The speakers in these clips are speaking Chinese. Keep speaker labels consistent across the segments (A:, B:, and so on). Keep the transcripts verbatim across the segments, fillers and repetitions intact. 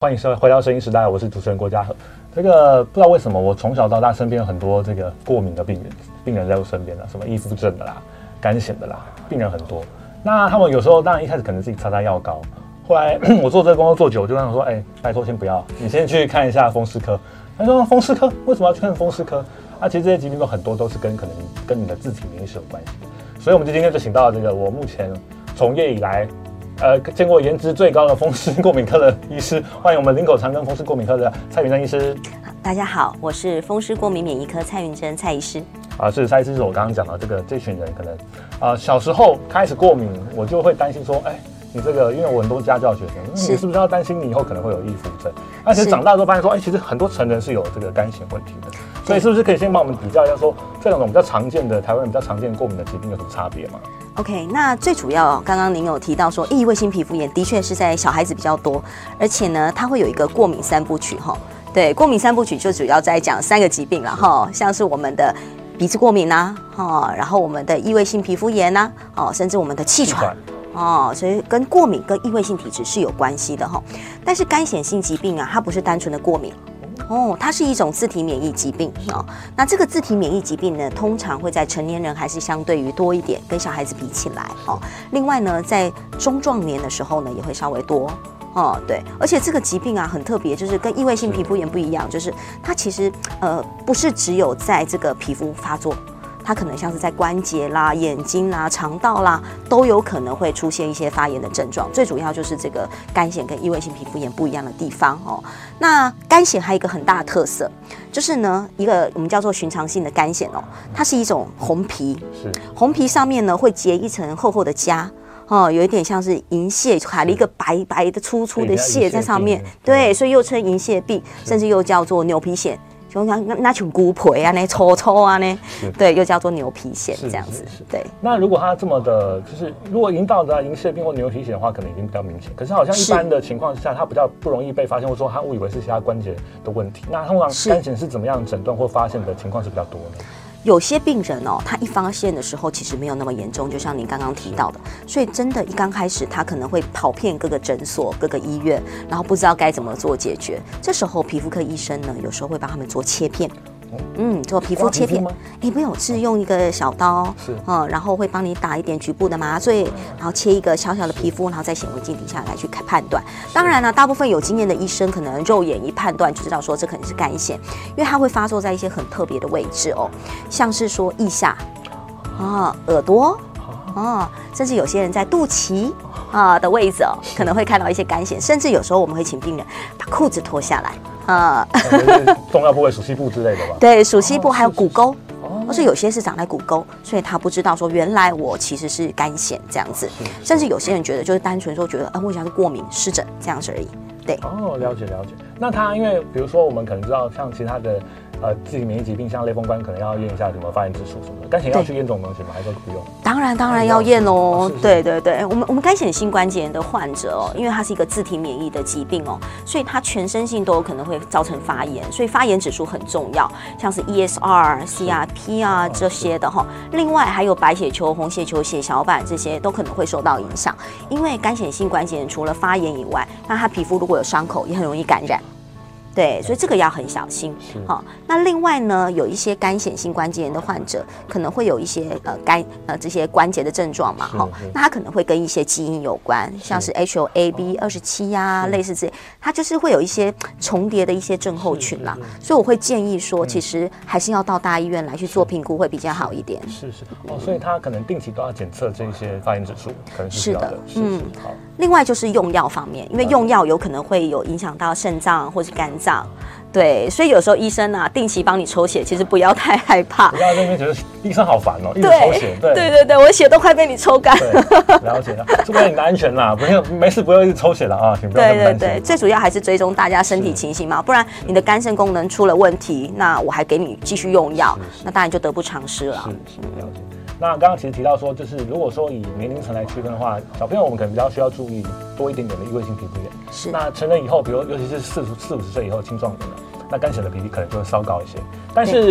A: 欢迎回到声音时代，我是主持人郭嘉和。这个不知道为什么，我从小到大身边有很多这个过敏的病人，病人在我身边的，什么易肤症的啦、干癣的啦，病人很多。那他们有时候当然一开始可能自己擦擦药膏，后来我做这个工作做久，我就跟他说：“哎、欸，拜托先不要，你先去看一下风湿科。”他说：“风湿科为什么要去看风湿科？”啊，其实这些疾病都很多都是跟可能跟你的自体免疫是有关系的。所以我们今天就请到了这个我目前从业以来。呃，见过颜值最高的风湿过敏科的医师，欢迎我们林口长庚风湿过敏科的蔡云珍医师。
B: 大家好，我是风湿过敏免疫科蔡云珍蔡医师。
A: 啊，是蔡医师，是我刚刚讲到这个这群人可能啊、呃、小时候开始过敏，我就会担心说，哎，你这个因为我很多家教学生，你是不是要担心你以后可能会有易肤症？而且长大之后发现说，哎，其实很多成人是有这个干癣问题的，所以是不是可以先帮我们比较一下说，这两种比较常见的台湾人比较常见的过敏的疾病有什么差别吗？
B: OK， 那最主要，刚刚您有提到说，异位性皮肤炎的确是在小孩子比较多，而且呢，它会有一个过敏三部曲哈。对，过敏三部曲就主要在讲三个疾病了哈，像是我们的鼻子过敏呐、啊，然后我们的异位性皮肤炎呐、啊，甚至我们的气喘。哦，所以跟过敏跟异位性体质是有关系的哈。但是干癣性疾病啊，它不是单纯的过敏。哦，它是一种自体免疫疾病哦。那这个自体免疫疾病呢，通常会在成年人还是相对于多一点，跟小孩子比起来哦。另外呢，在中壮年的时候呢，也会稍微多哦。对，而且这个疾病啊很特别，就是跟异位性皮肤炎不一样，就是它其实呃不是只有在这个皮肤发作。它可能像是在关节啦、眼睛啦、肠道啦，都有可能会出现一些发炎的症状。最主要就是这个干癣跟异位性皮肤炎不一样的地方哦。那干癣还有一个很大的特色，就是呢，一个我们叫做寻常性的干癣哦，它是一种红皮，是红皮上面呢会结一层厚厚的痂。哦，有一点像是银屑，卡了一个白白的粗粗的屑在上面，对，所以又称银屑病，甚至又叫做牛皮癣。就那那种骨皮啊，那抽抽啊，那对，又叫做牛皮癣这样子。对。那
A: 如果它这么的，就是如果已经到达银屑病或牛皮癣的话，可能已经比较明显。可是好像一般的情况下，它比较不容易被发现，或者说他误以为是其他关节的问题。那通常干癣是怎么样诊断或发现的情况是比较多呢？
B: 有些病人哦，他一发现的时候其实没有那么严重，就像您刚刚提到的，所以真的，一刚开始他可能会跑遍各个诊所、各个医院，然后不知道该怎么做解决。这时候皮肤科医生呢，有时候会帮他们做切片。嗯，做皮肤切片，哎，没有，是用一个小刀，是，嗯，然后会帮你打一点局部的麻醉，然后切一个小小的皮肤，然后在显微镜底下来去看判断。当然了，大部分有经验的医生可能肉眼一判断就知道说这可能是干癣，因为它会发作在一些很特别的位置哦，像是说腋下啊、耳朵啊，甚至有些人在肚脐啊的位置哦，可能会看到一些干癣，甚至有时候我们会请病人把裤子脱下来。啊，
A: 重要部位属膝部之类的吧？
B: 对，属膝部还有骨沟，而且有些是长在骨沟，所以他不知道说原来我其实是干癣这样子，甚至有些人觉得就是单纯说觉得啊，我想是过敏湿疹这样子而已。对，
A: 哦，了解了解。那他因为比如说我们可能知道像其他的呃自体免疫疾病，像类风关可能要验一下什么发炎指数什么的，干癣要去验这种东西吗？还是不用？
B: 当然当然要验哦。对对对，我们我们干癣性关节炎的患者哦，因为它是一个自体免疫的疾病哦，所以它全身性都有可能会造成发炎，所以发炎指数很重要，像是 E S R、C R P 啊这些的哈。另外还有白血球、红血球、血小板这些都可能会受到影响，因为干癣性关节炎除了发炎以外，那它皮肤如果有伤口也很容易感染。对，所以这个要很小心。好、哦，那另外呢，有一些干癣性关节炎的患者可能会有一些呃干呃这些关节的症状嘛，哈、哦，那它可能会跟一些基因有关，像是 H L A B 二十七呀，类似这些，它就是会有一些重叠的一些症候群啦。所以我会建议说，其实还是要到大医院来去做评估会比较好一点。
A: 是是哦，所以他可能定期都要检测这些发炎指数，可能是需要的。是的，嗯，好。
B: 另外就是用药方面，因为用药有可能会有影响到肾脏或是肝脏，对，所以有时候医生啊定期帮你抽血，其实不要太害怕。
A: 不要在那边觉得医生好烦哦，一直抽血，对
B: 对对对，我血都快被你抽干了。
A: 了解了，是为了你的安全啦，不用没事不要一直抽血了啊，请不要那么担心。对对对，
B: 最主要还是追踪大家身体情形嘛，不然你的肝肾功能出了问题，那我还给你继续用药，那当然就得不偿失了。
A: 是是，了解。那刚刚其实提到说，就是如果说以年龄层来区分的话，小朋友我们可能比较需要注意多一点点的异位性皮肤炎。是。那成人以后，比如尤其是四四五十岁以后青壮年了，那干癣的比例可能就会稍高一些。但是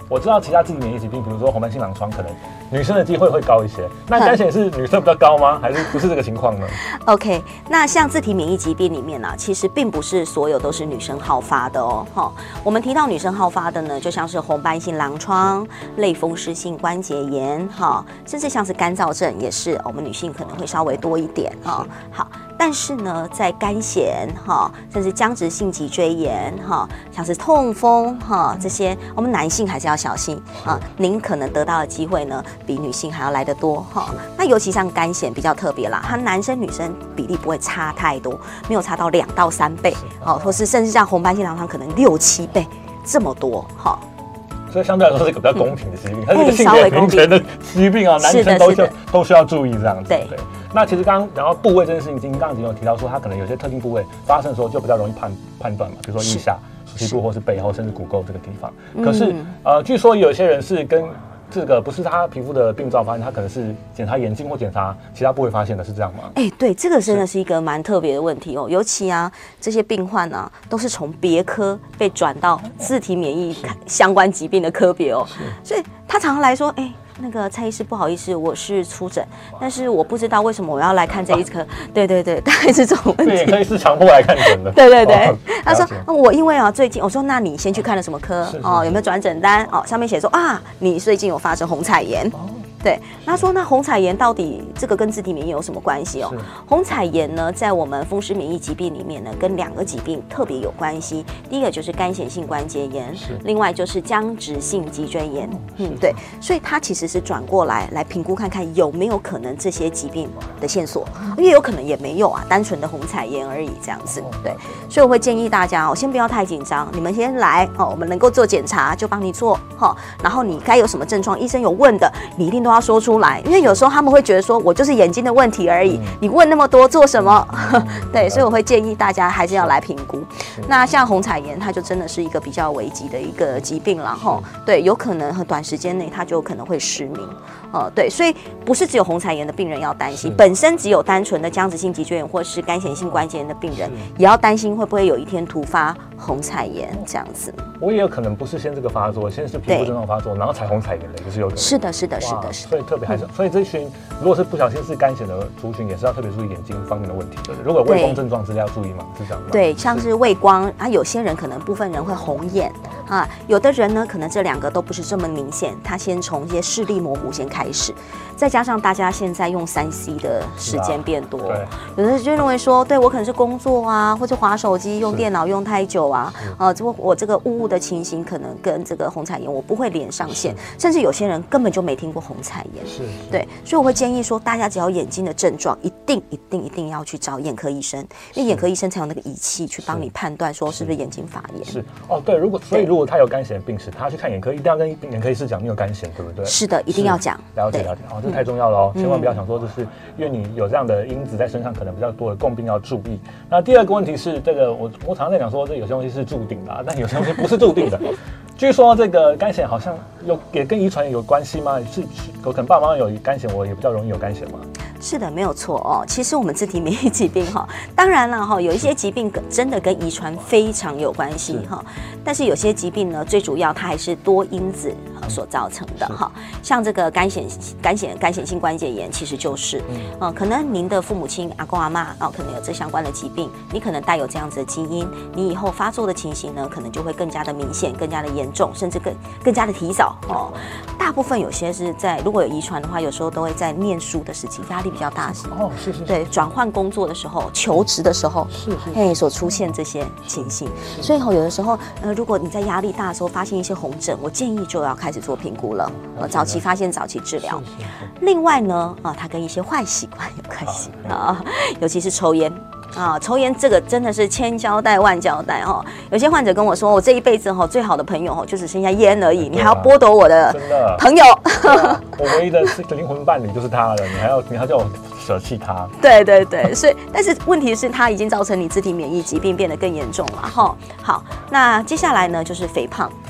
A: 我知道其他自体免疫疾病，比如说红斑性狼疮，可能女生的机会会高一些。那肝炎是女生比较高吗？还是不是这个情况呢
B: ？OK， 那像自体免疫疾病里面呢、啊，其实并不是所有都是女生好发的哦。哈，我们提到女生好发的呢，就像是红斑性狼疮、类风湿性关节炎，哈，甚至像是干燥症，也是我们女性可能会稍微多一点啊。好。但是呢，在肝癣哈，甚至僵直性脊椎炎哈，像是痛风哈这些，我们男性还是要小心啊。您可能得到的机会呢，比女性还要来得多哈。那尤其像肝癣比较特别啦，它男生女生比例不会差太多，没有差到两到三倍，好，或是甚至像红斑性狼疮可能六七倍这么多哈。
A: 所以相对来说是一个比较公平的疾病，它是一个性别平权的疾病啊，男生都需要都需要注意这样子。对。那其实刚刚讲到部位这件事情，刚刚已经有提到说，它可能有些特定部位发生的时候就比较容易判判断嘛，比如说腋下、属膝部或是背后，甚至骨沟这个地方。可是呃，据说有些人是跟这个不是他皮肤的病灶发现，他可能是检查眼睛或检查其他部位发现的，是这样吗？
B: 哎、欸，对，这个真的是一个蛮特别的问题哦。尤其啊，这些病患啊，都是从别科被转到自体免疫相关疾病的科别哦，所以他常常来说，哎、欸。那个蔡医师，不好意思，我是初诊，但是我不知道为什么我要来看这一科。对对对，大概是这种问题。
A: 眼科医师强迫来看诊的。
B: 对对对，哦、他说我因为啊最近，我说那你先去看了什么科？哦，有没有转诊单？哦，上面写说啊，你最近有发生红彩炎。哦对，他说那红彩炎到底这个跟自体免疫有什么关系哦？红彩炎呢，在我们风湿免疫疾病里面呢，跟两个疾病特别有关系。第一个就是干癣性关节炎，另外就是僵直性脊椎炎。嗯，对，所以它其实是转过来来评估看看有没有可能这些疾病的线索，因为有可能也没有啊，单纯的红彩炎而已这样子。对，所以我会建议大家哦，先不要太紧张，你们先来哦，我们能够做检查就帮你做哈，然后你该有什么症状，医生有问的，你一定都要说出来，因为有时候他们会觉得说我就是眼睛的问题而已，你问那么多做什么？对，所以我会建议大家还是要来评估。那像红彩炎，它就真的是一个比较危急的一个疾病了哈。对，有可能很短时间内它就可能会失明。呃，对，所以不是只有红彩炎的病人要担心，本身只有单纯的僵直性脊椎炎或是干癣性关节炎的病人，也要担心会不会有一天突发红彩炎这样子。
A: 我也有可能不是先这个发作，先是皮肤症状发作，然后才红彩炎的，也是有可能。
B: 是的，是的，是的，是的。
A: 所以特别还是，所以这群如果是不小心是干癣的族群，也是要特别注意眼睛方面的问题，对不对？如果有畏光症状之类要注意吗？是这样吗？
B: 对，像是畏光啊，有些人可能部分人会红眼啊，有的人呢可能这两个都不是这么明显，他先从一些视力模糊先开始。再加上大家现在用三 C 的时间变多，啊、有的人就认为说，对我可能是工作啊，或者滑手机、用电脑用太久啊，呃，我我这个雾雾的情形可能跟这个红彩炎我不会连上线，甚至有些人根本就没听过红彩炎，是，对，所以我会建议说，大家只要眼睛的症状，一定一定一定要去找眼科医生，因为眼科医生才有那个仪器去帮你判断说是不是眼睛发炎。
A: 是哦，对，如果所以如果他有干癣病史，他去看眼科一定要跟眼科医师讲你有干癣，对不对？
B: 是的，一定要讲。
A: 了解了解，哦，这太重要了哦，千万不要想说就是因为你有这样的因子在身上，可能比较多的共病要注意。那第二个问题是，这个我我常常在讲说，这有些东西是注定的、啊，但有些东西不是注定的。据说这个干癣好像有也跟遗传有关系吗？是有可能爸妈有干癣，我也比较容易有干癣吗？
B: 是的，没有错哦。其实我们自体免疫疾病哈，当然了哈，有一些疾病真的跟遗传非常有关系哈，但是有些疾病呢，最主要它还是多因子所造成的哈。像这个干癣、干癣、干癣性关节炎，其实就是，嗯、呃，可能您的父母亲、阿公阿嬷啊、哦，可能有这相关的疾病，你可能带有这样子的基因，你以后发作的情形呢，可能就会更加的明显、更加的严重，甚至更更加的提早哦。大部分有些是在如果有遗传的话，有时候都会在念书的时期压力比较大时，
A: 哦，是是是，
B: 对，转换工作的时候、求职的时候，是是，哎，所出现这些情形。所以吼，有的时候，呃，如果你在压力大的时候发现一些红疹，我建议就要开始做评估了，呃，早期发现、早期治疗。另外呢，啊，它跟一些坏习惯有关系啊，尤其是抽烟。啊，抽烟这个真的是千交代万交代哈。有些患者跟我说，我这一辈子哈最好的朋友哈就只剩下烟而已，你还要剥夺我的朋友。
A: 啊、我唯一的灵魂伴侣就是他了，你还要你还叫我舍弃他？
B: 对对对，所以但是问题是，它已经造成你自体免疫疾病变得更严重了哈。好，那接下来呢就是肥胖。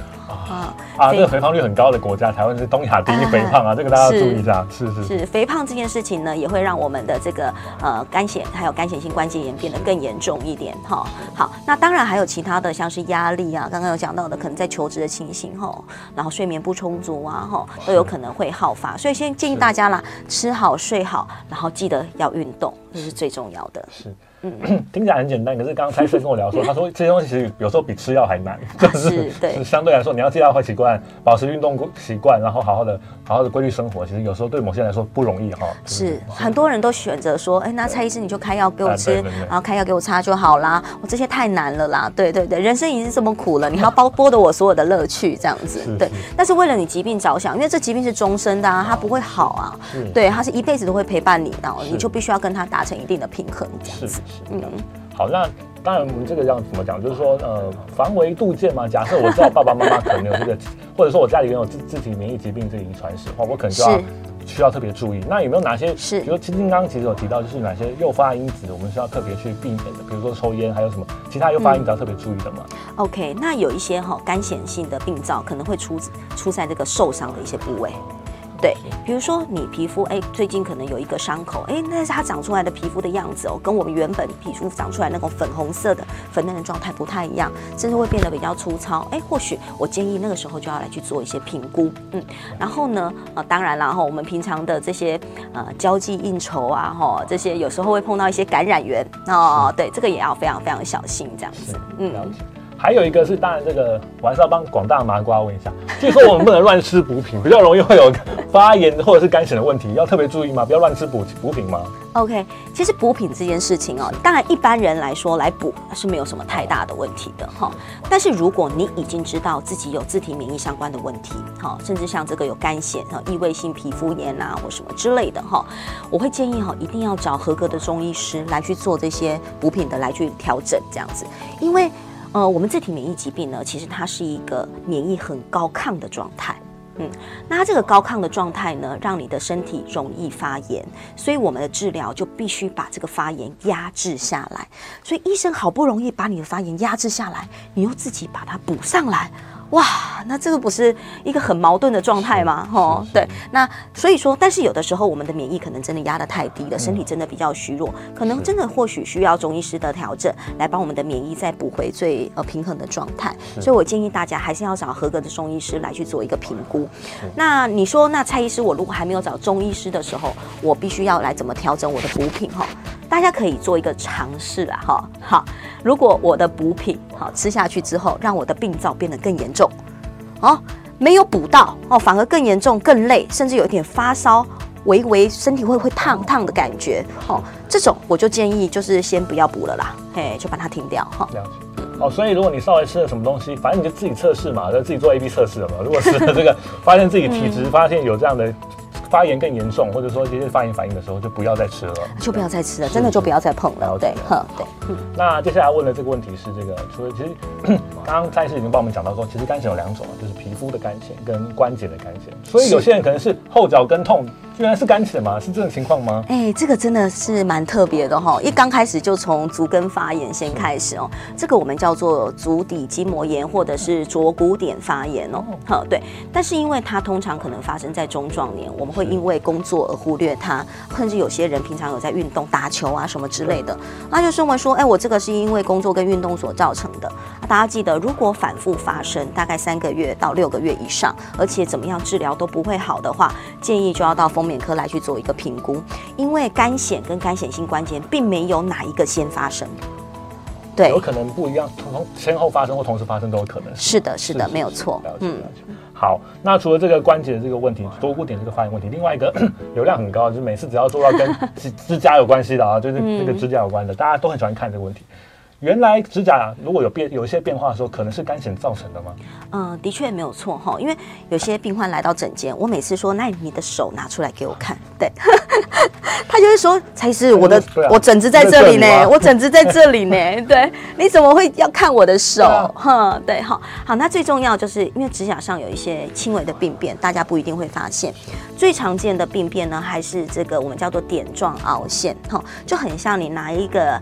B: 啊
A: 啊，这个肥胖率很高的国家，台湾是东亚第一肥胖啊，这个大家要注意一下。是是
B: 是，肥胖这件事情呢，也会让我们的这个呃肝血还有肝血性关节炎变得更严重一点哈。好，那当然还有其他的，像是压力啊，刚刚有讲到的，可能在求职的情形哈，然后睡眠不充足啊哈，都有可能会好发。所以先建议大家啦，吃好睡好，然后记得要运动，这是最重要的。
A: 是。嗯，听起来很简单，可是刚刚蔡医生跟我聊说，他说这些东西其实有时候比吃药还难，就是对，相对来说你要戒掉坏习惯，保持运动习惯，然后好好的好好的规律生活，其实有时候对某些人来说不容易哈。
B: 是，很多人都选择说，哎，那蔡医生你就开药给我吃，然后开药给我擦就好啦，我这些太难了啦，对对对，人生已经这么苦了，你还要剥剥夺我所有的乐趣这样子，对。但是为了你疾病着想，因为这疾病是终身的啊，它不会好啊，对，它是一辈子都会陪伴你，然后你就必须要跟它达成一定的平衡，这样子。
A: 嗯，好，那当然我们这个要怎么讲？就是说，呃，防微杜渐嘛。假设我知道爸爸妈妈可能有这个，或者说我家里人有自自体免疫疾病这个遗传史的话，我可能就要需要特别注意。那有没有哪些？是，比如其实刚刚其实有提到，就是哪些诱发因子我们是要特别去避免的？比如说抽烟，还有什么其他诱发因子要特别注意的吗、嗯、
B: ？OK， 那有一些哈、哦、干显性的病灶可能会出出在这个受伤的一些部位。对，比如说你皮肤，哎，最近可能有一个伤口，哎，那是它长出来的皮肤的样子哦，跟我们原本皮肤长出来那种粉红色的粉嫩的状态不太一样，甚至会变得比较粗糙。哎，或许我建议那个时候就要来去做一些评估，嗯，然后呢，呃，当然啦，哈，我们平常的这些呃交际应酬啊，哈，这些有时候会碰到一些感染源哦，对，这个也要非常非常小心，这样子，嗯。
A: 还有一个是，当然这个我还是要帮广大麻瓜问一下，据说我们不能乱吃补品，比较容易会有发炎或者是肝炎的问题，要特别注意吗？不要乱吃补补品吗
B: ？OK， 其实补品这件事情哦，当然一般人来说来补是没有什么太大的问题的哈。但是如果你已经知道自己有自体免疫相关的问题，哈，甚至像这个有肝炎、异位性皮肤炎啊或什么之类的哈，我会建议哈一定要找合格的中医师来去做这些补品的来去调整这样子，因为。呃，我们自体免疫疾病呢，其实它是一个免疫很高亢的状态，嗯，那它这个高亢的状态呢，让你的身体容易发炎，所以我们的治疗就必须把这个发炎压制下来。所以医生好不容易把你的发炎压制下来，你又自己把它补上来。哇，那这个不是一个很矛盾的状态吗？哦，对，那所以说，但是有的时候我们的免疫可能真的压得太低了，身体真的比较虚弱，可能真的或许需要中医师的调整来帮我们的免疫再补回最呃平衡的状态。所以我建议大家还是要找合格的中医师来去做一个评估。那你说，那蔡医师，我如果还没有找中医师的时候，我必须要来怎么调整我的补品？哈，大家可以做一个尝试啊，哈，好，如果我的补品好吃下去之后，让我的病灶变得更严重。哦，没有补到哦，反而更严重、更累，甚至有一点发烧，微微身体会会烫烫的感觉。哦，这种我就建议就是先不要补了啦，嘿，就把它停掉哈。
A: 了解。哦，所以如果你稍微吃了什么东西，反正你就自己测试嘛，就自己做 A B 测试了嘛。如果是这个发现自己体质发现有这样的发炎更严重，或者说这些发炎反应的时候，就不要再吃了，
B: 就不要再吃了，真的就不要再碰了。对，呵，对。
A: 嗯，那接下来问的这个问题是这个，除了其实刚刚蔡医师已经帮我们讲到说，其实肝炎有两种，就是皮肤的肝炎跟关节的肝炎，所以有些人可能是后脚跟痛。原来是肝炎吗？是这种情况吗？
B: 哎、欸，这个真的是蛮特别的哈！一刚开始就从足跟发炎先开始哦，这个我们叫做足底筋膜炎或者是左骨点发炎哦。好，对，但是因为它通常可能发生在中壮年，我们会因为工作而忽略它，甚至有些人平常有在运动、打球啊什么之类的，那就认为说，哎、欸，我这个是因为工作跟运动所造成的。大家记得，如果反复发生，大概三个月到六个月以上，而且怎么样治疗都不会好的话，建议就要到风。风免科来去做一个评估，因为肝癣跟肝癣性关节并没有哪一个先发生，对，
A: 有可能不一样，同先后发生或同时发生都有可能。
B: 是的，是的，没有错。
A: 嗯，好，那除了这个关节的这个问题，左骨点这个发炎问题，另外一个流量很高，就是每次只要做到跟指甲有关系的啊，就是那个指甲有关的，大家都很喜欢看这个问题。原来指甲如果有变有一些变化的时候，可能是肝癣造成的吗？
B: 嗯，的确没有错哈，因为有些病患来到诊间，我每次说，那你的手拿出来给我看，对，他就会说，蔡医师，我的、啊、我疹子在这里呢，我疹子在这里呢，对，你怎么会要看我的手？哈、嗯，对，好，好，那最重要就是因为指甲上有一些轻微的病变，大家不一定会发现，最常见的病变呢，还是这个我们叫做点状凹陷，哈，就很像你拿一个。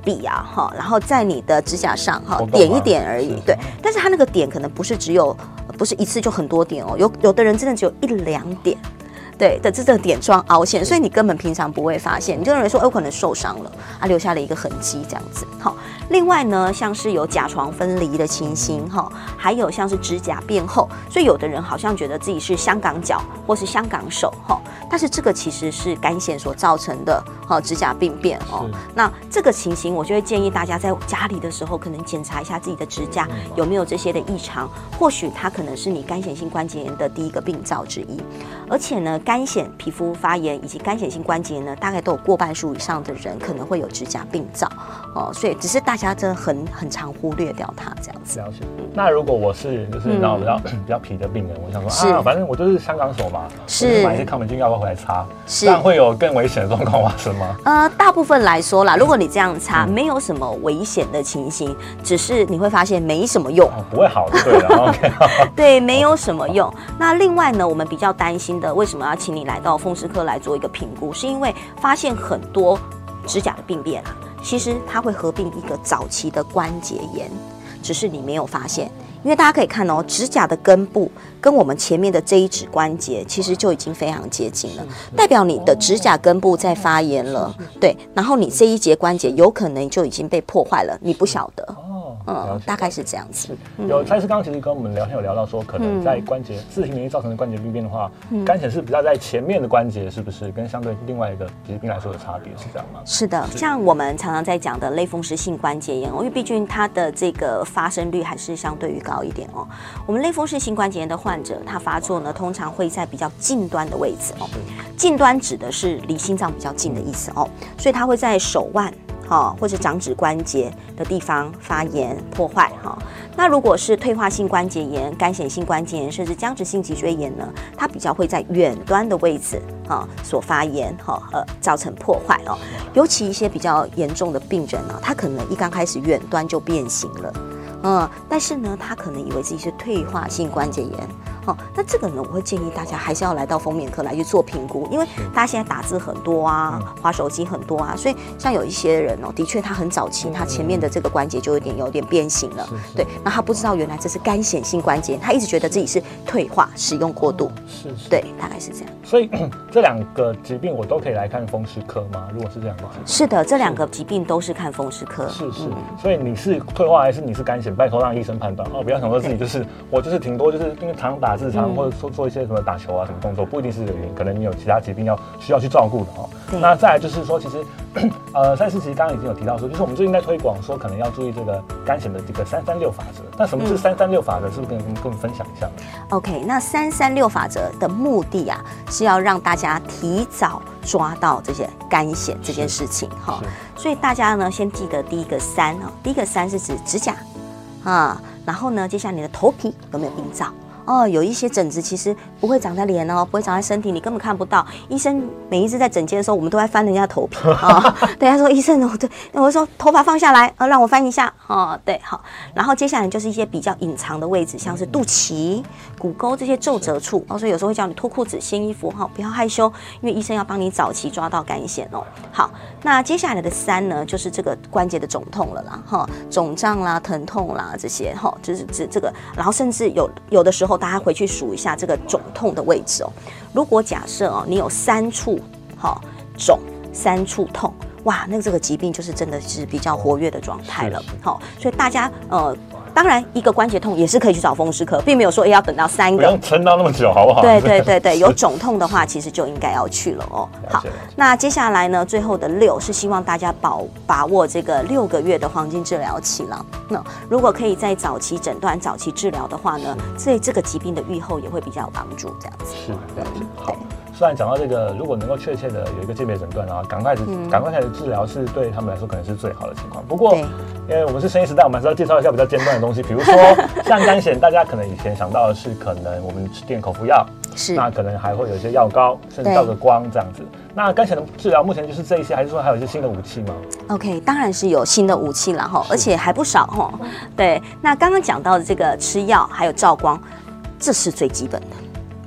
B: 笔啊，哈，然后在你的指甲上哈点一点而已，对。但是它那个点可能不是只有，不是一次就很多点哦，有有的人真的只有一两点。对的，这个点状凹陷，所以你根本平常不会发现，你就认为说，哎，我可能受伤了，啊，留下了一个痕迹这样子。好，另外呢，像是有甲床分离的情形，哈，还有像是指甲变厚，所以有的人好像觉得自己是香港脚或是香港手，哈，但是这个其实是干癣所造成的，哈，指甲病变哦。那这个情形，我就会建议大家在家里的时候，可能检查一下自己的指甲有没有这些的异常，或许它可能是你干癣性关节炎的第一个病灶之一，而且呢。干癣皮肤发炎以及干癣性关节炎呢，大概都有过半数以上的人可能会有指甲病灶哦，所以只是大家真的很很常忽略掉它这样子。
A: 了解。那如果我是就是然后比较、嗯、比较皮的病人，我想说啊，反正我就是香港手嘛，是买一些抗霉菌药膏回来擦，这样会有更危险的状况发生吗？
B: 呃，大部分来说啦，如果你这样擦，嗯、没有什么危险的情形，只是你会发现没什么用，
A: 哦、不会好就对了。OK，
B: 对，没有什么用。那另外呢，我们比较担心的，为什么要请你来到风湿科来做一个评估，是因为发现很多指甲的病变啊，其实它会合并一个早期的关节炎，只是你没有发现。因为大家可以看哦，指甲的根部跟我们前面的这一指关节其实就已经非常接近了，代表你的指甲根部在发炎了，对，然后你这一节关节有可能就已经被破坏了，你不晓得。嗯，大概是这样子。
A: 有蔡医师刚刚其实跟我们聊天有聊到说，可能在关节自体免疫造成的关节病变的话，干癣是比较在前面的关节，是不是跟相对另外一个疾病来说的差别是这样吗？
B: 是的，像我们常常在讲的类风湿性关节炎哦，因为毕竟它的这个发生率还是相对于高一点哦。我们类风湿性关节炎的患者，他发作呢，通常会在比较近端的位置哦。近端指的是离心脏比较近的意思哦，所以它会在手腕。哦，或者掌指关节的地方发炎破坏哈、哦。那如果是退化性关节炎、干癣性关节炎，甚至僵直性脊椎炎呢，它比较会在远端的位置啊、哦、所发炎哈、哦，呃，造成破坏哦。尤其一些比较严重的病人呢、啊，他可能一刚开始远端就变形了，嗯，但是呢，他可能以为自己是退化性关节炎。哦，那这个呢，我会建议大家还是要来到风眠科来去做评估，因为大家现在打字很多啊，滑手机很多啊，所以像有一些人哦，的确他很早期，他前面的这个关节就有点有点变形了，对，那他不知道原来这是干癣性关节，他一直觉得自己是退化，使用过度，是，对，大概是这样。
A: 所以这两个疾病我都可以来看风湿科吗？如果是这样的，
B: 是的，这两个疾病都是看风湿科，
A: 是是。所以你是退化还是你是干癣，拜托让医生判断哦，不要想说自己就是我就是挺多，就是因为常打字常或者做做一些什么打球啊什么动作，不一定是这个原因，可能你有其他疾病要需要去照顾的哦。那再来就是说，其实呃，赛斯其实刚刚已经有提到说，就是我们最近在推广说，可能要注意这个干癣的这个三三六法则。那什么是三三六法则？是不是跟跟我们分享一下呢
B: ？OK， 那三三六法则的目的啊，是要让大家提早抓到这些干癣这件事情哈。所以大家呢，先记得第一个三哦，第一个三是指指甲啊，然后呢，接下来你的头皮有没有病灶？哦，有一些疹子其实不会长在脸哦，不会长在身体，你根本看不到。医生每一次在诊间的时候，我们都在翻人家的头皮啊。对，他说医生，我对，我说头发放下来，呃，让我翻一下。哦，对，好。然后接下来就是一些比较隐藏的位置，像是肚脐、骨沟这些皱褶处。哦，所以有时候会叫你脱裤子、掀衣服，哈、哦，不要害羞，因为医生要帮你早期抓到干癣哦。好，那接下来的三呢，就是这个关节的肿痛了啦，哈、哦，肿胀啦、疼痛啦这些，哈、哦，就是指这个，然后甚至有有的时候。大家回去数一下这个肿痛的位置哦。如果假设哦，你有三处好肿，三处痛，哇，那这个疾病就是真的是比较活跃的状态了。好，所以大家呃。当然，一个关节痛也是可以去找风湿科，并没有说要等到三个，
A: 不用撑到那么久，好不好？
B: 对对对对，有肿痛的话，其实就应该要去了哦。好，那接下来呢，最后的六是希望大家把把握这个六个月的黄金治疗期了。那如果可以在早期诊断、早期治疗的话呢，对这个疾病的预后也会比较有帮助。这样子
A: 是这样子。好。虽然讲到这个，如果能够确切的有一个鉴别诊断，然后赶快赶快开始治疗，是对他们来说可能是最好的情况。不过，因为我们是生医时代，我们还是要介绍一下比较尖端的东西，比如说像干癣，大家可能以前想到的是可能我们吃点口服药，是那可能还会有一些药膏，甚至照个光这样子。那干癣的治疗目前就是这一些，还是说还有一些新的武器吗
B: ？OK， 当然是有新的武器了哈，而且还不少哈。对，那刚刚讲到的这个吃药还有照光，这是最基本的。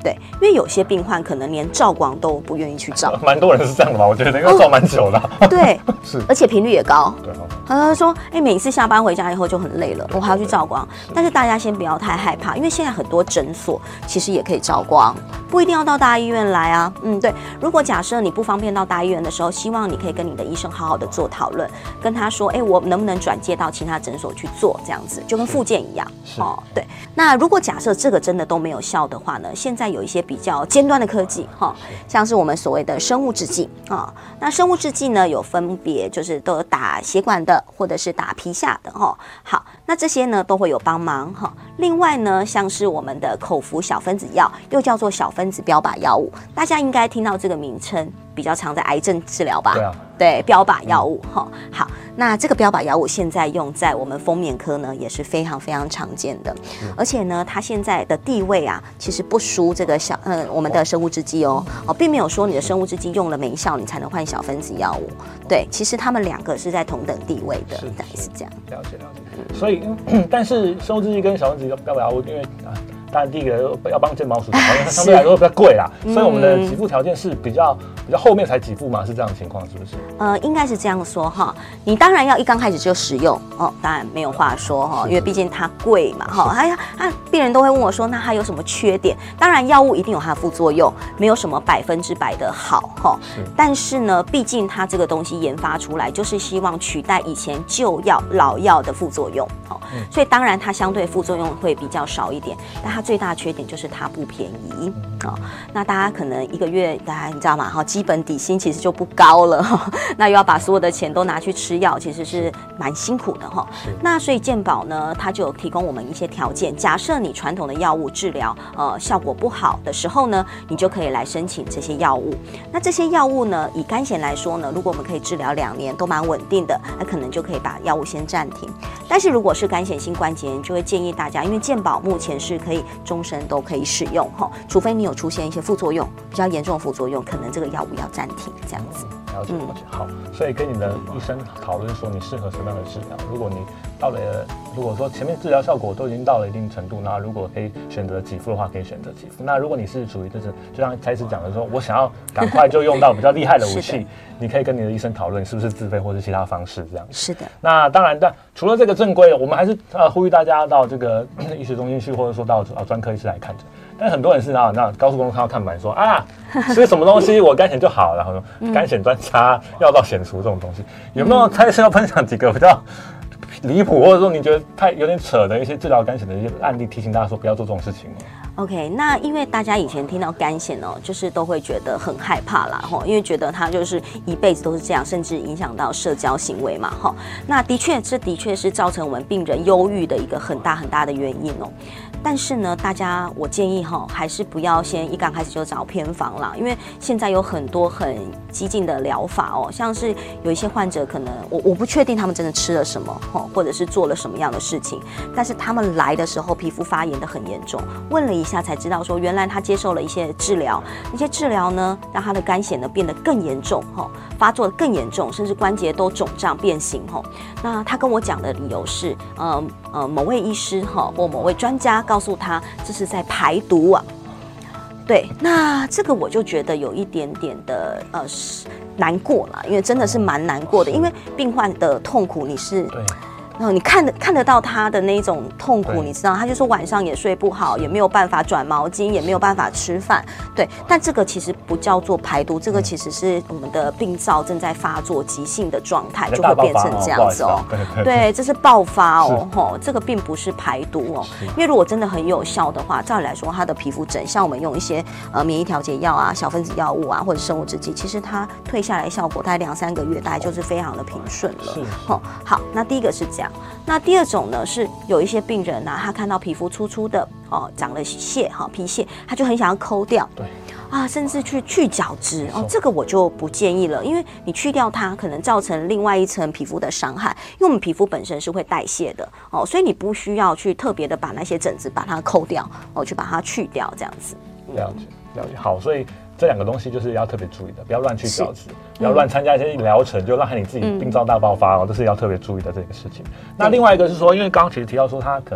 B: 对，因为有些病患可能连照光都不愿意去照，
A: 蛮多人是这样的吧？我觉得因为照蛮久的、啊。
B: 对，
A: 是，
B: 而且频率也高。
A: 对哦。
B: 他说：“哎、欸，每次下班回家以后就很累了，我还要去照光。但是大家先不要太害怕，因为现在很多诊所其实也可以照光，不一定要到大医院来啊。嗯，对。如果假设你不方便到大医院的时候，希望你可以跟你的医生好好的做讨论，跟他说：，哎、欸，我能不能转介到其他诊所去做？这样子就跟复健一样。哦，对。那如果假设这个真的都没有效的话呢，现在有一些比较尖端的科技，哈、哦，像是我们所谓的生物制剂啊、哦。那生物制剂呢，有分别就是都有打血管的。”或者是打皮下的哈，好，那这些呢都会有帮忙哈。另外呢，像是我们的口服小分子药，又叫做小分子标靶药物，大家应该听到这个名称，比较常在癌症治疗吧？
A: 对啊，
B: 对，标靶药物哈、嗯。好，那这个标靶药物现在用在我们风眠科呢，也是非常非常常见的，而且呢，它现在的地位啊，其实不输这个小呃我们的生物制剂哦哦，并没有说你的生物制剂用了没效，你才能换小分子药物。对，其实他们两个是在同等地位的，大概是这样。
A: 了解了解。所以，但是生物制剂跟小分子标靶药物，因为啊。当然，第一个要帮健保署，因为它相对来说比较贵啦，所以我们的给付条件是比较比较后面才给付嘛，是这样的情况，是不是？
B: 呃，应该是这样说哈。你当然要一刚开始就使用哦，当然没有话说哈，因为毕竟它贵嘛哈。哎呀，啊，病人都会问我说，那它有什么缺点？当然，药物一定有它的副作用，没有什么百分之百的好哈。但是呢，毕竟它这个东西研发出来，就是希望取代以前旧药、老药的副作用，哦，嗯、所以当然它相对副作用会比较少一点，但它最大的缺点就是它不便宜啊、哦。那大家可能一个月，大家你知道吗？哈，基本底薪其实就不高了，哦、那又要把所有的钱都拿去吃药，其实是蛮辛苦的哈、哦。那所以健保呢，它就有提供我们一些条件。假设你传统的药物治疗呃效果不好的时候呢，你就可以来申请这些药物。那这些药物呢，以肝癣来说呢，如果我们可以治疗两年都蛮稳定的，那可能就可以把药物先暂停。但是如果是肝癣性关节炎，就会建议大家，因为健保目前是可以终身都可以使用哈，除非你有出现一些副作用，比较严重的副作用，可能这个药物要暂停这样子。
A: 了解，了解。好，所以跟你的医生讨论说你适合什么样的治疗。如果你到了，如果说前面治疗效果都已经到了一定程度，那如果可以选择给付的话，可以选择给付。那如果你是属于就是就像开始讲的说，我想要赶快就用到比较厉害的武器，你可以跟你的医生讨论是不是自费或是其他方式这样子。
B: 是的。那
A: 当然，但除了这个正规，我们还是呃呼吁大家到这个医学中心去，或者说到呃专科医师来看诊。但很多人是啊，那高速公路看到看板说啊，吃什么东西我肝癣就好了，然后说肝癣专家药到显除这种东西，有没有开始要分享几个比较离谱，或者说你觉得太有点扯的一些治疗肝癣的一些案例，提醒大家说不要做这种事情吗？
B: OK， 那因为大家以前听到肝癣哦，就是都会觉得很害怕啦，吼，因为觉得它就是一辈子都是这样，甚至影响到社交行为嘛，吼。那的确，这的确是造成我们病人忧郁的一个很大很大的原因哦。但是呢，大家我建议哈，还是不要先一刚开始就找偏方啦，因为现在有很多很激进的疗法哦，像是有一些患者可能我我不确定他们真的吃了什么，吼，或者是做了什么样的事情，但是他们来的时候皮肤发炎的很严重，问了一下才知道说，原来他接受了一些治疗，那些治疗呢，让他的肝癣呢变得更严重，哈，发作的更严重，甚至关节都肿胀变形，哈。那他跟我讲的理由是，呃呃，某位医师哈或某位专家告诉他，这是在排毒啊。对，那这个我就觉得有一点点的呃难过啦，因为真的是蛮难过的，因为病患的痛苦你是。对，然后你看得看得到他的那种痛苦，你知道，他就说晚上也睡不好，也没有办法转毛巾，也没有办法吃饭。对，但这个其实不叫做排毒，这个其实是我们的病灶正在发作急性的状态，就会变成这样子哦。对, 对，这是爆发哦，吼，这个并不是排毒哦。因为如果真的很有效的话，照理来说，他的皮肤疹，像我们用一些呃免疫调节药啊、小分子药物啊，或者生物制剂，其实它退下来效果大概两三个月，大概就是非常的平顺了。是，哦，好，那第一个是这样。那第二种呢，是有一些病人啊，他看到皮肤粗粗的哦，长了屑哈、皮屑，他就很想要抠掉，对啊，甚至去去角质哦，这个我就不建议了，因为你去掉它，可能造成另外一层皮肤的伤害，因为我们皮肤本身是会代谢的哦，所以你不需要去特别的把那些疹子把它抠掉哦，去把它去掉这样子。
A: 嗯、了解，了解，好，所以。这两个东西就是要特别注意的，不要乱去角质，不要乱参加一些疗程，就让你自己病灶大爆发哦，这是要特别注意的这个事情。那另外一个是说，因为刚刚其实提到说，它可能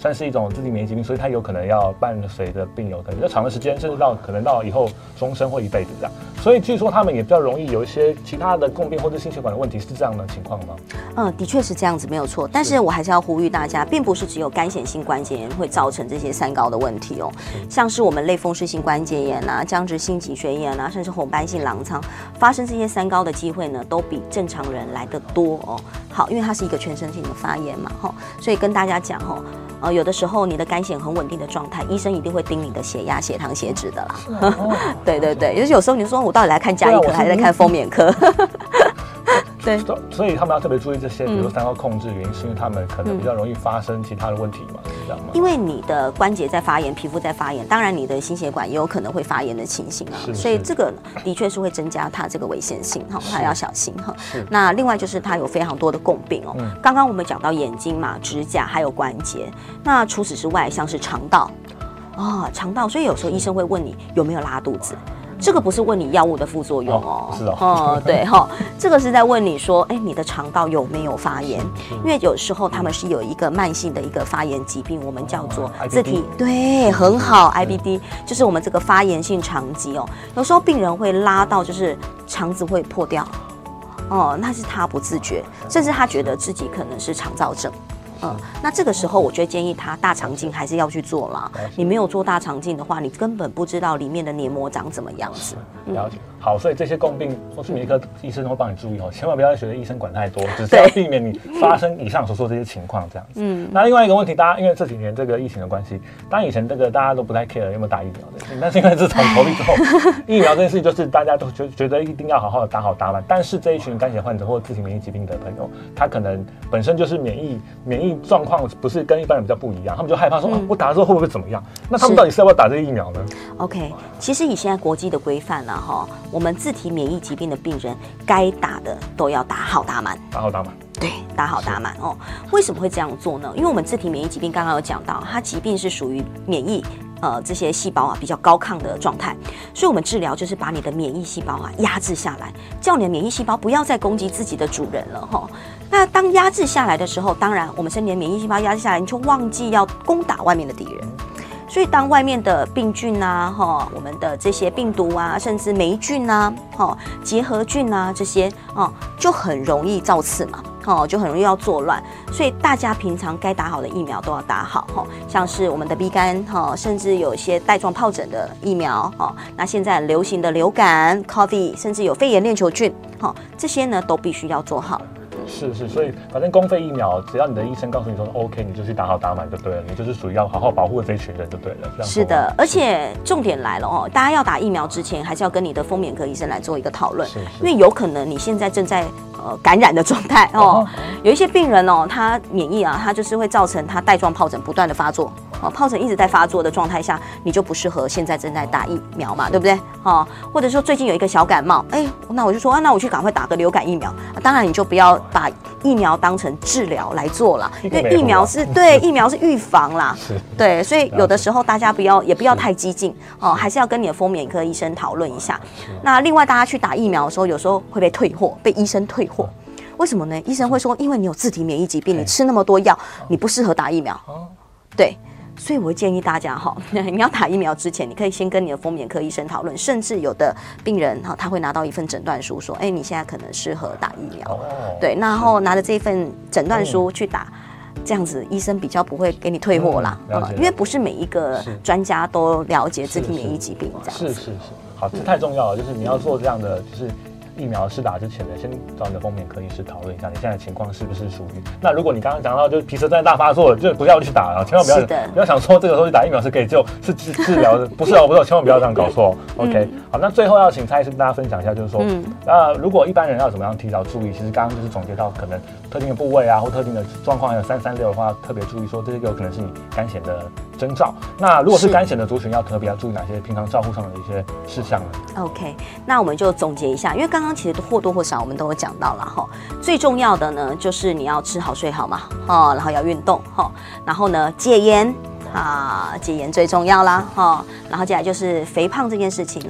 A: 算是一种自体免疫疾病，所以它有可能要伴随着病友可能比较长的时间，甚至到可能到以后终身或一辈子这样。所以据说他们也比较容易有一些其他的共病或者心血管的问题，是这样的情况吗？
B: 嗯，的确是这样子，没有错。但是我还是要呼吁大家，并不是只有干显性关节炎会造成这些三高的问题哦，像是我们类风湿性关节炎啊、僵直性脊髓炎啊，甚至红斑性狼疮，发生这些三高的机会呢，都比正常人来得多哦。好，因为它是一个全身性的发炎嘛，哈，所以跟大家讲哦。呃，有的时候你的肝显很稳定的状态，医生一定会盯你的血压、血糖、血脂的啦。哦、对对对，就是有时候你说我到底来看家医科还是来看风免科？对，
A: 所以他们要特别注意这些，比如说三高控制，原因是因为他们可能比较容易发生其他的问题嘛，是这样吗？
B: 因为你的关节在发炎，皮肤在发炎，当然你的心血管也有可能会发炎的情形啊，所以这个的确是会增加它这个危险性哈，它要小心哈。那另外就是它有非常多的共病哦，嗯、刚刚我们讲到眼睛嘛、指甲还有关节，那除此之外像是肠道啊、哦，肠道，所以有时候医生会问你有没有拉肚子。这个不是问你药物的副作用哦，
A: 是哦，
B: 哦，对哈、哦，这个是在问你说，哎，你的肠道有没有发炎？因为有时候他们是有一个慢性的一个发炎疾病，我们叫做自体，对，很好 ，I B D 就是我们这个发炎性肠疾哦。有时候病人会拉到就是肠子会破掉，哦，那是他不自觉，甚至他觉得自己可能是肠燥症。嗯，那这个时候我就建议他大肠镜还是要去做啦。你没有做大肠镜的话，你根本不知道里面的黏膜长怎么样子。
A: 了解。好，所以这些共病或是免疫科医生会帮你注意哦，千万不要觉得医生管太多，只是要避免你发生以上所说这些情况这样子。嗯。那另外一个问题，大家因为这几年这个疫情的关系，当然以前这个大家都不太 care 有没有打疫苗的，但是因为自从投币之后，疫苗这件事就是大家都觉觉得一定要好好的打好打满。但是这一群肝血患者或自体免疫疾病的朋友，他可能本身就是免疫免疫状况不是跟一般人比较不一样，他们就害怕说、嗯啊、我打了之后会不会怎么样？那他们到底是要不要打这个疫苗呢
B: ？OK， 其实以现在国际的规范啊，哈，我们自体免疫疾病的病人该打的都要打好打满，
A: 打好打满。
B: 对，打好打满哦。为什么会这样做呢？因为我们自体免疫疾病刚刚有讲到，它疾病是属于免疫呃这些细胞啊比较高亢的状态，所以我们治疗就是把你的免疫细胞啊压制下来，叫你的免疫细胞不要再攻击自己的主人了哈、哦。那当压制下来的时候，当然我们身体的免疫细胞压制下来，你就忘记要攻打外面的敌人。所以当外面的病菌啊，哈，我们的这些病毒啊，甚至霉菌啊，哈，结核菌啊，这些哦，就很容易造次嘛，哦，就很容易要作乱。所以大家平常该打好的疫苗都要打好，哈，像是我们的 B 肝，哈，甚至有一些带状疱疹的疫苗，哈，那现在流行的流感、C O V I D， 甚至有肺炎链球菌，哈，这些呢都必须要做好。
A: 是是，所以反正公费疫苗，只要你的医生告诉你说 OK， 你就去打好打满就对了，你就是属于要好好保护这一群人就对了。
B: 是的，而且重点来了哦，大家要打疫苗之前，还是要跟你的风免科医生来做一个讨论，因为有可能你现在正在呃感染的状态哦，有一些病人哦，他免疫啊，他就是会造成他带状疱疹不断的发作。哦，疱疹一直在发作的状态下，你就不适合现在正在打疫苗嘛，对不对？哦，或者说最近有一个小感冒，哎，那我就说啊，那我去赶快打个流感疫苗。啊、当然，你就不要把疫苗当成治疗来做了，因为疫苗是对疫苗是预防啦，对，所以有的时候大家不要也不要太激进哦，还是要跟你的风免科医生讨论一下。那另外，大家去打疫苗的时候，有时候会被退货，被医生退货。为什么呢？医生会说，因为你有自体免疫疾病，你吃那么多药，你不适合打疫苗。对。所以我会建议大家哈，你要打疫苗之前，你可以先跟你的风免科医生讨论，甚至有的病人哈，他会拿到一份诊断书，说，哎，你现在可能适合打疫苗，对，然后拿着这份诊断书去打，这样子医生比较不会给你退货啦，嗯，因为不是每一个专家都了解自体免疫疾病这样子。
A: 是是是，好，这太重要了，就是你要做这样的，就是。疫苗施打之前呢，先找你的风免科医师讨论一下，你现在的情况是不是属于？那如果你刚刚讲到就是皮蛇在大发作了，就不要去打了，千万不要不要想说这个时候去打疫苗是可以救，是治治疗的，不是哦，不是，千万不要这样搞错。嗯、OK， 好，那最后要请蔡医师跟大家分享一下，就是说，嗯、那如果一般人要怎么样提早注意？其实刚刚就是总结到可能特定的部位啊，或特定的状况，还有三三六的话，特别注意说这个有可能是你肝显的征兆。那如果是肝显的族群，要特别要注意哪些平常照护上的一些事项呢
B: ？OK， 那我们就总结一下，因为刚刚其实或多或少我们都有讲到了哈。最重要的呢，就是你要吃好睡好嘛，哦，然后要运动哈，然后呢戒烟啊，戒烟最重要啦哈。然后接下来就是肥胖这件事情哦，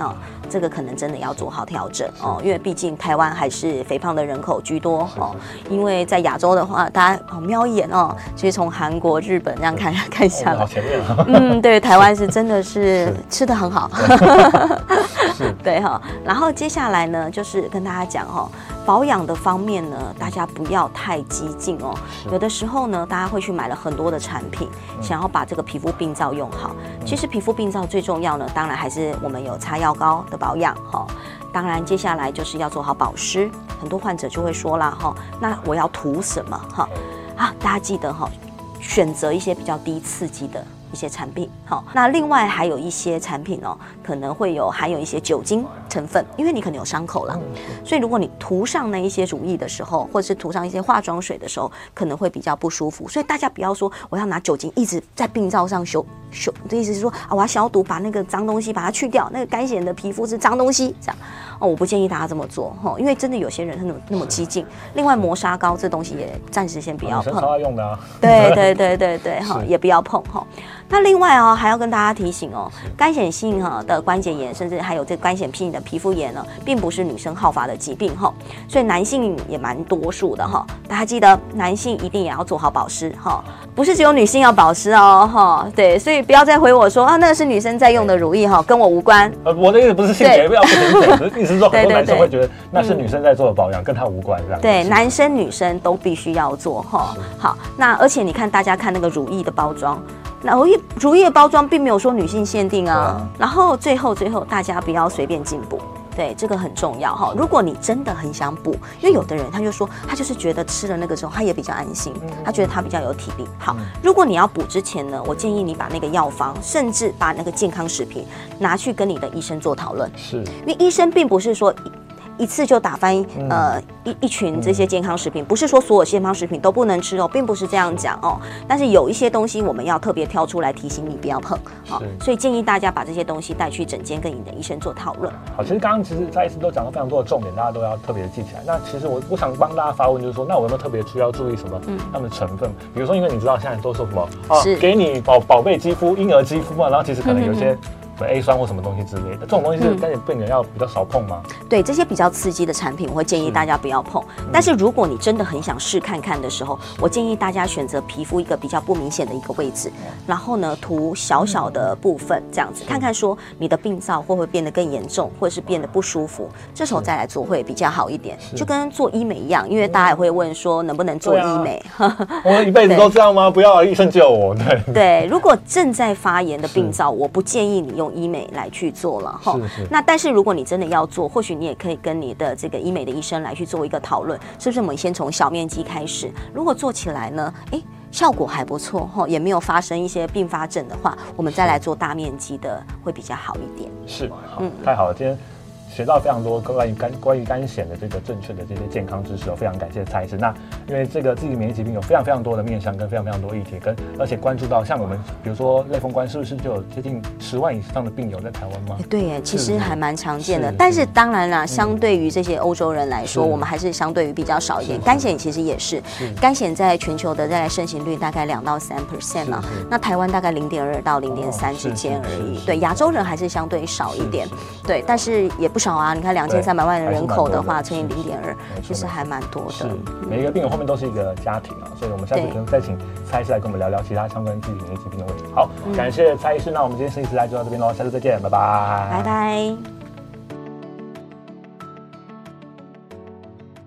B: 这个可能真的要做好调整哦，因为毕竟台湾还是肥胖的人口居多哦。因为在亚洲的话，大家哦瞄一眼哦，其实从韩国、日本这样看看下来，
A: 好前面啊。
B: 嗯，对，台湾是真的是吃得很好。对哈，然后接下来呢，就是跟大家讲哈，保养的方面呢，大家不要太激进哦。有的时候呢，大家会去买了很多的产品，想要把这个皮肤病灶用好。其实皮肤病灶最重要呢，当然还是我们有擦药膏的保养哈。当然，接下来就是要做好保湿。很多患者就会说啦哈，那我要涂什么哈？啊，大家记得哈，选择一些比较低刺激的一些产品，好，那另外还有一些产品哦，可能会有含有一些酒精成分，因为你可能有伤口啦，所以如果你涂上那一些乳液的时候，或者是涂上一些化妆水的时候，可能会比较不舒服。所以大家不要说我要拿酒精一直在病灶上修修，的意思是说啊，我要消毒，把那个脏东西把它去掉，那个干癣的皮肤是脏东西，这样哦，我不建议大家这么做哈，因为真的有些人那么那么激进。另外磨砂膏这东西也暂时先不要碰，
A: 女生超爱用的啊，
B: 对对对对对哈，也不要碰哈。那另外哦，还要跟大家提醒哦，干癣性哈的关节炎，甚至还有这干癣性的皮肤炎呢，并不是女生好发的疾病哈，所以男性也蛮多数的哈。大家记得，男性一定也要做好保湿哈，不是只有女性要保湿哦哈。对，所以不要再回我说啊，那个是女生在用的乳液哈，跟我无关。
A: 呃，我的意思不是性别，不要不平等，意思是说很多男生会觉得那是女生在做的保养，跟他无关这样。
B: 对，男生女生都必须要做哈。好，那而且你看，大家看那个乳液的包装。乳液乳液包装并没有说女性限定啊，啊然后最后最后大家不要随便进补，对，这个很重要哈。如果你真的很想补，因为有的人他就说他就是觉得吃了那个之后他也比较安心，他觉得他比较有体力。好，如果你要补之前呢，我建议你把那个药方，甚至把那个健康食品拿去跟你的医生做讨论，
A: 是
B: 因为医生并不是说一次就打翻呃一一群这些健康食品，不是说所有健康食品都不能吃哦，并不是这样讲哦。但是有一些东西我们要特别挑出来提醒你不要碰，好，所以建议大家把这些东西带去诊间跟你的医生做讨论。
A: 好，其实刚刚其实蔡医师都讲到非常多的重点，大家都要特别的记起来。那其实我我想帮大家发问，就是说，那我有没有特别需要注意什么它们的成分？比如说，因为你知道现在都说什么啊，给你宝宝贝肌肤、婴儿肌肤嘛，然后其实可能有些。A 酸或什么东西之类的，这种东西是干癣病人要比较少碰吗？
B: 对，这些比较刺激的产品，我会建议大家不要碰。但是如果你真的很想试看看的时候，我建议大家选择皮肤一个比较不明显的一个位置，然后呢涂小小的部分，这样子看看说你的病灶会不会变得更严重，或者是变得不舒服，这时候再来做会比较好一点。就跟做医美一样，因为大家也会问说能不能做医美？
A: 我一辈子都这样吗？不要医生救我。对
B: 对，如果正在发炎的病灶，我不建议你用医美来去做了哈。那但是如果你真的要做，或许你也可以跟你的这个医美的医生来去做一个讨论，是不是我们先从小面积开始？如果做起来呢，哎，效果还不错哈，也没有发生一些并发症的话，我们再来做大面积的会比较好一点。
A: 是，嗯，太好了，今天。学到非常多关于干关于干癣的这个正确的这些健康知识哦，非常感谢蔡医师。那因为这个自体免疫疾病有非常非常多的面向跟非常非常多议题，跟而且关注到像我们比如说类风关是不是就有接近十万以上的病友在台湾吗？
B: 对耶，其实还蛮常见的。但是当然啦，相对于这些欧洲人来说，我们还是相对于比较少一点。干癣其实也是，干癣在全球的在盛行率大概两到三 percent 嘛，那台湾大概零点二到零点三之间而已。对，亚洲人还是相对少一点。对，但是也不少啊。你看两千三百万的人口的话，乘以零点二，其实还蛮多的。
A: 是，每一个病人后面都是一个家庭啊，所以我们下次可能再请蔡医师来跟我们聊聊其他相关自体免疫疾病的问题。好，感谢蔡医师，那我们今天生医时代就到这边喽，下次再见，拜拜，
B: 拜拜。